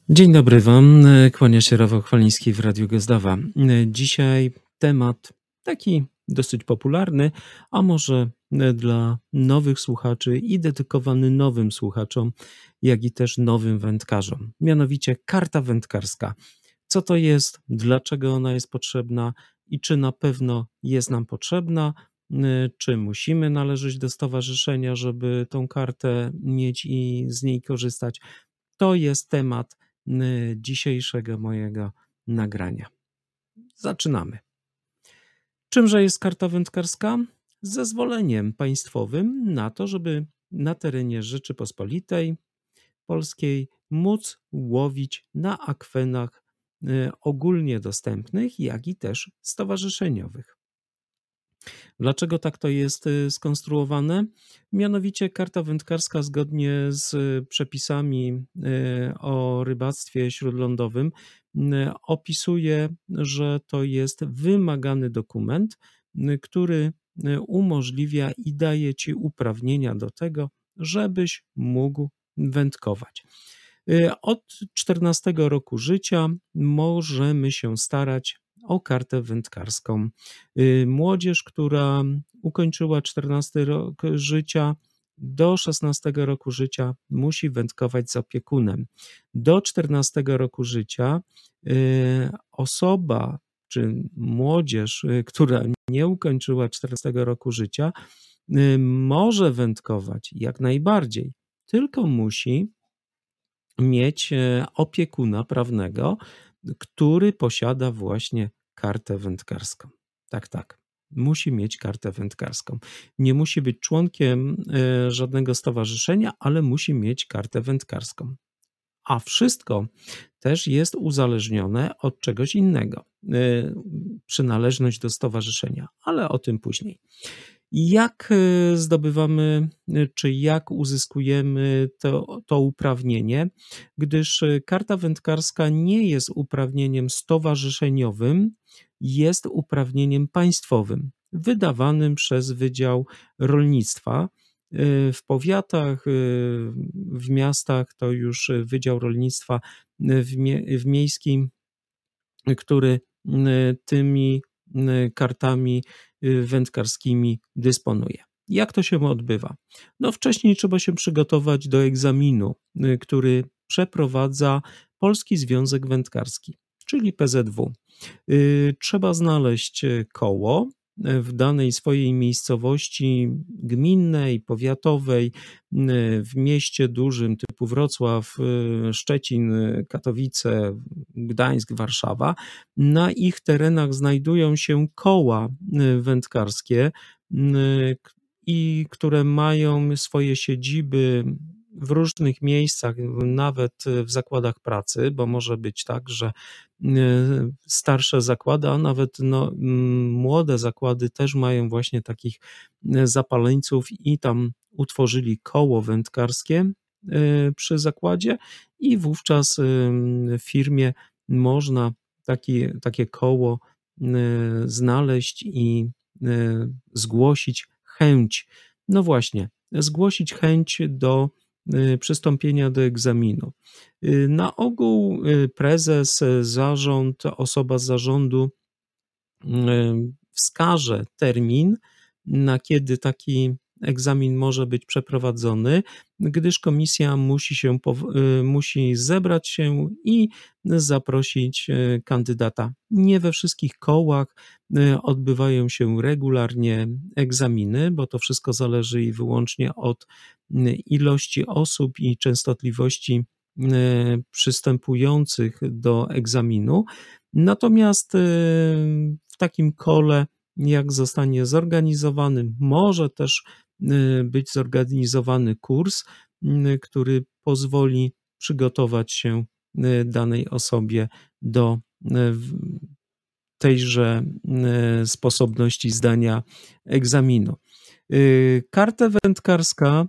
Dzień dobry Wam, kłania się Rafał Chwaliński w Radiu Gazdawa. Dzisiaj temat taki dosyć popularny, a może dla nowych słuchaczy i dedykowany nowym słuchaczom, jak i też nowym wędkarzom. Mianowicie karta wędkarska. Co to jest, dlaczego ona jest potrzebna i czy na pewno jest nam potrzebna, czy musimy należeć do stowarzyszenia, żeby tą kartę mieć i z niej korzystać. To jest temat dzisiejszego mojego nagrania. Zaczynamy. Czymże jest karta wędkarska? Zezwoleniem państwowym na to, żeby na terenie Rzeczypospolitej Polskiej móc łowić na akwenach ogólnie dostępnych, jak i też stowarzyszeniowych. Dlaczego tak to jest skonstruowane? Mianowicie karta wędkarska zgodnie z przepisami o rybactwie śródlądowym opisuje, że to jest wymagany dokument, który umożliwia i daje ci uprawnienia do tego, żebyś mógł wędkować. Od 14 roku życia możemy się starać o kartę wędkarską. Młodzież, która ukończyła 14 rok życia, do 16 roku życia musi wędkować z opiekunem. Do 14 roku życia osoba czy młodzież, która nie ukończyła 14 roku życia, może wędkować jak najbardziej, tylko musi mieć opiekuna prawnego, który posiada właśnie kartę wędkarską. Tak, tak. Musi mieć kartę wędkarską. Nie musi być członkiem żadnego stowarzyszenia, ale musi mieć kartę wędkarską. A wszystko też jest uzależnione od czegoś innego. Przynależność do stowarzyszenia, ale o tym później. Jak zdobywamy, czy jak uzyskujemy to uprawnienie, gdyż karta wędkarska nie jest uprawnieniem stowarzyszeniowym, jest uprawnieniem państwowym, wydawanym przez Wydział Rolnictwa. W powiatach, w miastach to już Wydział Rolnictwa w miejskim, który tymi kartami wędkarskimi dysponuje. Jak to się odbywa? No wcześniej trzeba się przygotować do egzaminu, który przeprowadza Polski Związek Wędkarski, czyli PZW. Trzeba znaleźć koło w danej swojej miejscowości gminnej, powiatowej, w mieście dużym typu Wrocław, Szczecin, Katowice, Gdańsk, Warszawa. Na ich terenach znajdują się koła wędkarskie, i które mają swoje siedziby w różnych miejscach, nawet w zakładach pracy, bo może być tak, że starsze zakłady, a nawet młode zakłady też mają właśnie takich zapaleńców i tam utworzyli koło wędkarskie przy zakładzie i wówczas w firmie można takie koło znaleźć i zgłosić chęć. No właśnie, zgłosić chęć do przystąpienia do egzaminu. Na ogół prezes, zarząd, osoba z zarządu wskaże termin, na kiedy taki egzamin może być przeprowadzony, gdyż komisja musi zebrać się i zaprosić kandydata. Nie we wszystkich kołach odbywają się regularnie egzaminy, bo to wszystko zależy i wyłącznie od ilości osób i częstotliwości przystępujących do egzaminu. Natomiast w takim kole, jak zostanie zorganizowany, może też być zorganizowany kurs, który pozwoli przygotować się danej osobie do tejże sposobności zdania egzaminu. Karta wędkarska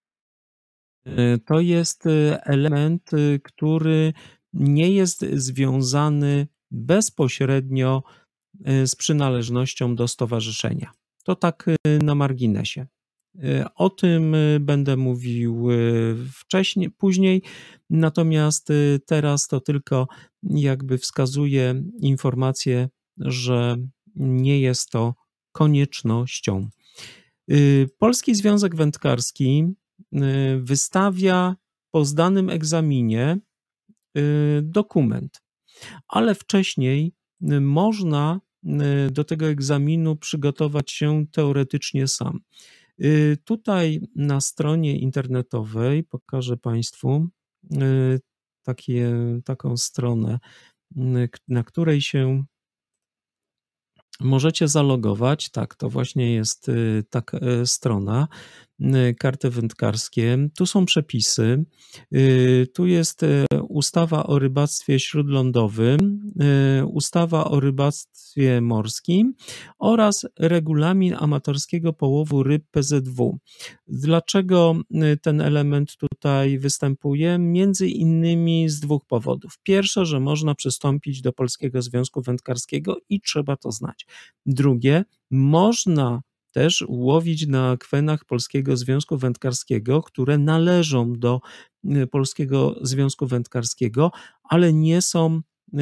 to jest element, który nie jest związany bezpośrednio z przynależnością do stowarzyszenia. To tak na marginesie. O tym będę mówił później, natomiast teraz to tylko jakby wskazuje informację, że nie jest to koniecznością. Polski Związek Wędkarski wystawia po zdanym egzaminie dokument, ale wcześniej można do tego egzaminu przygotować się teoretycznie sam. Tutaj na stronie internetowej pokażę Państwu taką stronę, na której się możecie zalogować. Tak, to właśnie jest taka strona, karty wędkarskie. Tu są przepisy. Tu jest ustawa o rybactwie śródlądowym, ustawa o rybactwie morskim oraz regulamin amatorskiego połowu ryb PZW. Dlaczego ten element tutaj występuje? Między innymi z dwóch powodów. Pierwsze, że można przystąpić do Polskiego Związku Wędkarskiego i trzeba to znać. Drugie, można też łowić na akwenach Polskiego Związku Wędkarskiego, które należą do Polskiego Związku Wędkarskiego, ale nie są.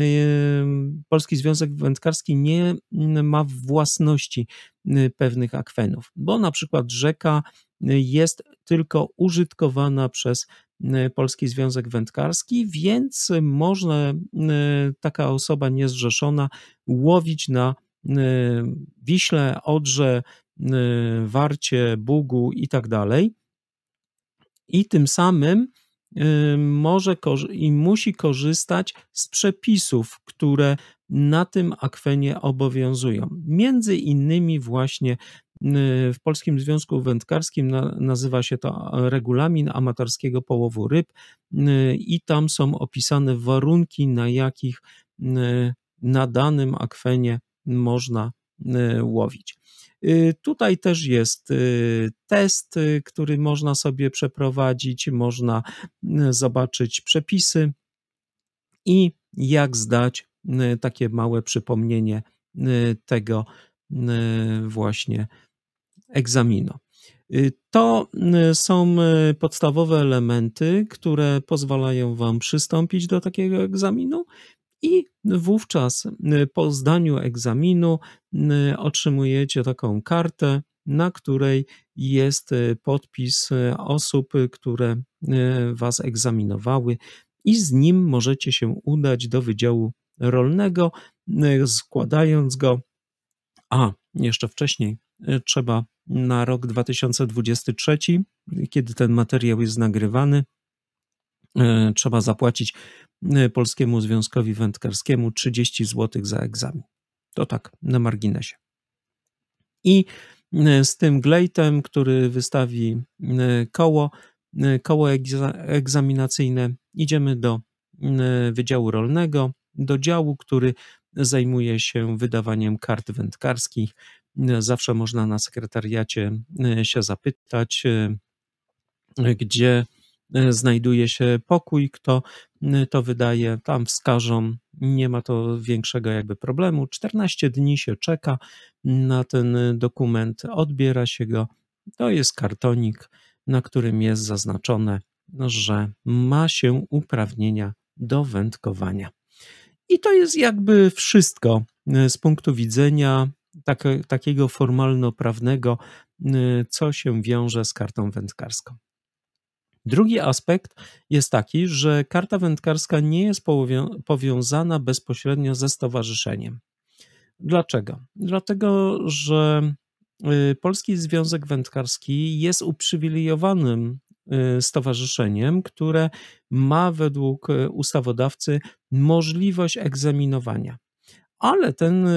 Polski Związek Wędkarski nie ma w własności pewnych akwenów, bo na przykład rzeka jest tylko użytkowana przez Polski Związek Wędkarski, więc można taka osoba niezrzeszona łowić na Wiśle, Odrze, Warcie, Bugu i tak dalej. I tym samym może i musi korzystać z przepisów, które na tym akwenie obowiązują. Między innymi właśnie w Polskim Związku Wędkarskim nazywa się to regulamin amatorskiego połowu ryb i tam są opisane warunki, na jakich na danym akwenie można łowić. Tutaj też jest test, który można sobie przeprowadzić, można zobaczyć przepisy i jak zdać takie małe przypomnienie tego właśnie egzaminu. To są podstawowe elementy, które pozwalają Wam przystąpić do takiego egzaminu i wówczas po zdaniu egzaminu otrzymujecie taką kartę, na której jest podpis osób, które Was egzaminowały i z nim możecie się udać do Wydziału Rolnego, składając go, a jeszcze wcześniej trzeba na rok 2023, kiedy ten materiał jest nagrywany, trzeba zapłacić Polskiemu Związkowi Wędkarskiemu 30 zł za egzamin. To tak na marginesie. I z tym glejtem, który wystawi koło egzaminacyjne, idziemy do Wydziału Rolnego, do działu, który zajmuje się wydawaniem kart wędkarskich. Zawsze można na sekretariacie się zapytać, gdzie znajduje się pokój, kto to wydaje, tam wskażą, nie ma to większego jakby problemu. 14 dni się czeka na ten dokument, odbiera się go, to jest kartonik, na którym jest zaznaczone, że ma się uprawnienia do wędkowania. I to jest jakby wszystko z punktu widzenia takiego formalno-prawnego, co się wiąże z kartą wędkarską. Drugi aspekt jest taki, że karta wędkarska nie jest powiązana bezpośrednio ze stowarzyszeniem. Dlaczego? Dlatego, że Polski Związek Wędkarski jest uprzywilejowanym stowarzyszeniem, które ma według ustawodawcy możliwość egzaminowania. Ale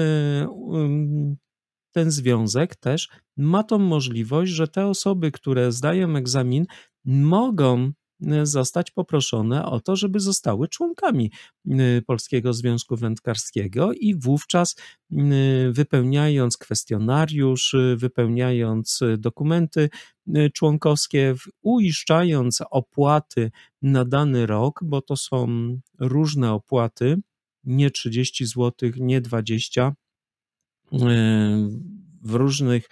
ten związek też ma tą możliwość, że te osoby, które zdają egzamin, mogą zostać poproszone o to, żeby zostały członkami Polskiego Związku Wędkarskiego i wówczas wypełniając kwestionariusz, wypełniając dokumenty członkowskie, uiszczając opłaty na dany rok, bo to są różne opłaty, nie 30 zł, nie 20, w różnych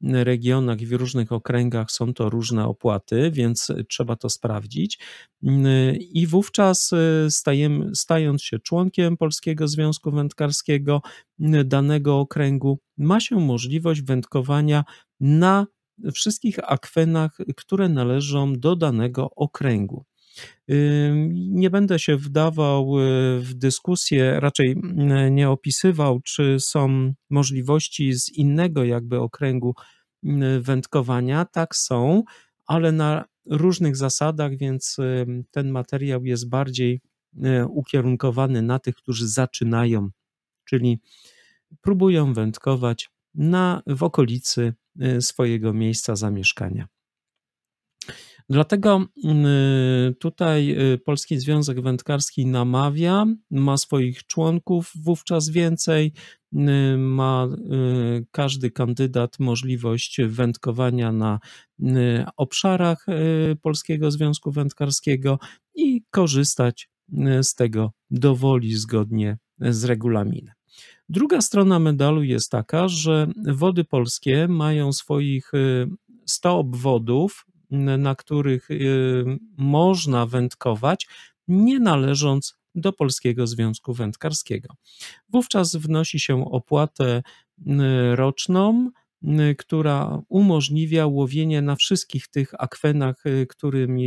regionach i w różnych okręgach są to różne opłaty, więc trzeba to sprawdzić. I wówczas stając się członkiem Polskiego Związku Wędkarskiego danego okręgu, ma się możliwość wędkowania na wszystkich akwenach, które należą do danego okręgu. Nie będę się wdawał w dyskusję, raczej nie opisywał, czy są możliwości z innego jakby okręgu wędkowania. Tak są, ale na różnych zasadach, więc ten materiał jest bardziej ukierunkowany na tych, którzy zaczynają, czyli próbują wędkować w okolicy swojego miejsca zamieszkania. Dlatego tutaj Polski Związek Wędkarski namawia, ma swoich członków wówczas więcej, ma każdy kandydat możliwość wędkowania na obszarach Polskiego Związku Wędkarskiego i korzystać z tego dowoli zgodnie z regulaminem. Druga strona medalu jest taka, że Wody Polskie mają swoich 100 obwodów, na których można wędkować, nie należąc do Polskiego Związku Wędkarskiego. Wówczas wnosi się opłatę roczną, która umożliwia łowienie na wszystkich tych akwenach, którymi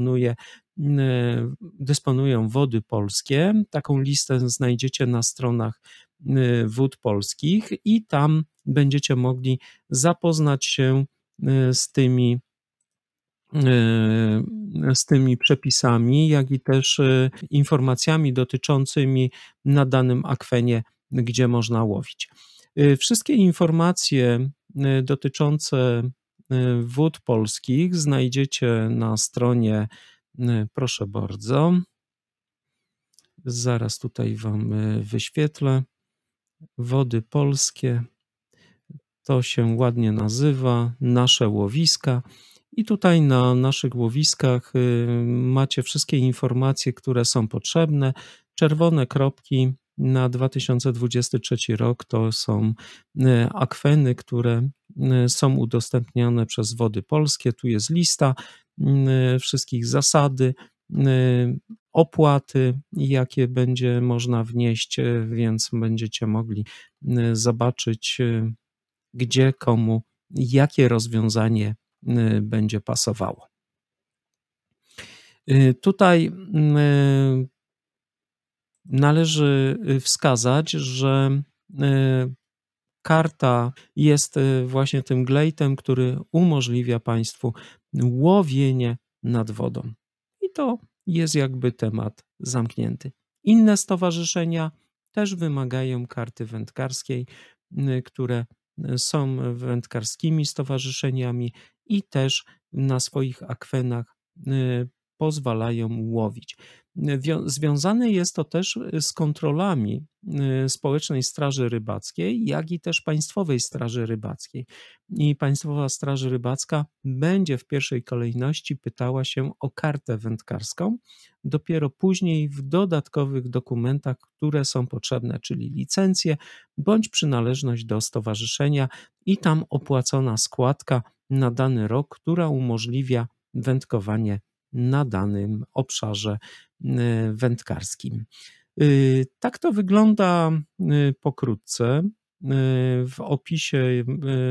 dysponują Wody Polskie. Taką listę znajdziecie na stronach Wód Polskich i tam będziecie mogli zapoznać się z tymi przepisami, jak i też informacjami dotyczącymi na danym akwenie, gdzie można łowić. Wszystkie informacje dotyczące Wód Polskich znajdziecie na stronie, proszę bardzo, zaraz tutaj wam wyświetlę. Wody Polskie, to się ładnie nazywa, nasze łowiska. I tutaj na naszych łowiskach macie wszystkie informacje, które są potrzebne. Czerwone kropki na 2023 rok to są akweny, które są udostępniane przez Wody Polskie. Tu jest lista wszystkich zasady, opłaty, jakie będzie można wnieść, więc będziecie mogli zobaczyć, gdzie komu jakie rozwiązanie będzie pasowało. Tutaj należy wskazać, że karta jest właśnie tym glejtem, który umożliwia Państwu łowienie nad wodą. I to jest jakby temat zamknięty. Inne stowarzyszenia też wymagają karty wędkarskiej, które są wędkarskimi stowarzyszeniami i też na swoich akwenach pozwalają łowić. Związane jest to też z kontrolami Społecznej Straży Rybackiej, jak i też Państwowej Straży Rybackiej. I Państwowa Straż Rybacka będzie w pierwszej kolejności pytała się o kartę wędkarską, dopiero później w dodatkowych dokumentach, które są potrzebne, czyli licencję bądź przynależność do stowarzyszenia i tam opłacona składka na dany rok, która umożliwia wędkowanie na danym obszarze wędkarskim. Tak to wygląda pokrótce. W opisie,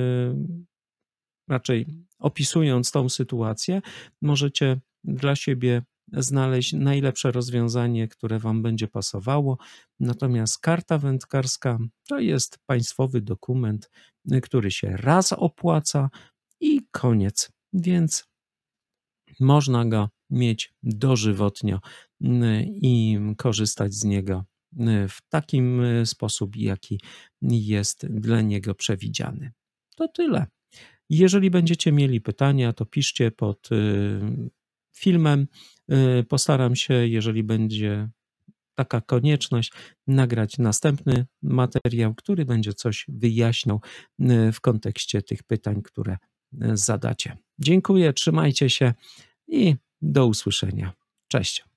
raczej opisując tą sytuację, możecie dla siebie znaleźć najlepsze rozwiązanie, które Wam będzie pasowało. Natomiast karta wędkarska to jest państwowy dokument, który się raz opłaca i koniec. Więc można go mieć dożywotnio i korzystać z niego w takim sposób, jaki jest dla niego przewidziany. To tyle. Jeżeli będziecie mieli pytania, to piszcie pod filmem. Postaram się, jeżeli będzie taka konieczność, nagrać następny materiał, który będzie coś wyjaśniał w kontekście tych pytań, które zadacie. Dziękuję, trzymajcie się i do usłyszenia. Cześć.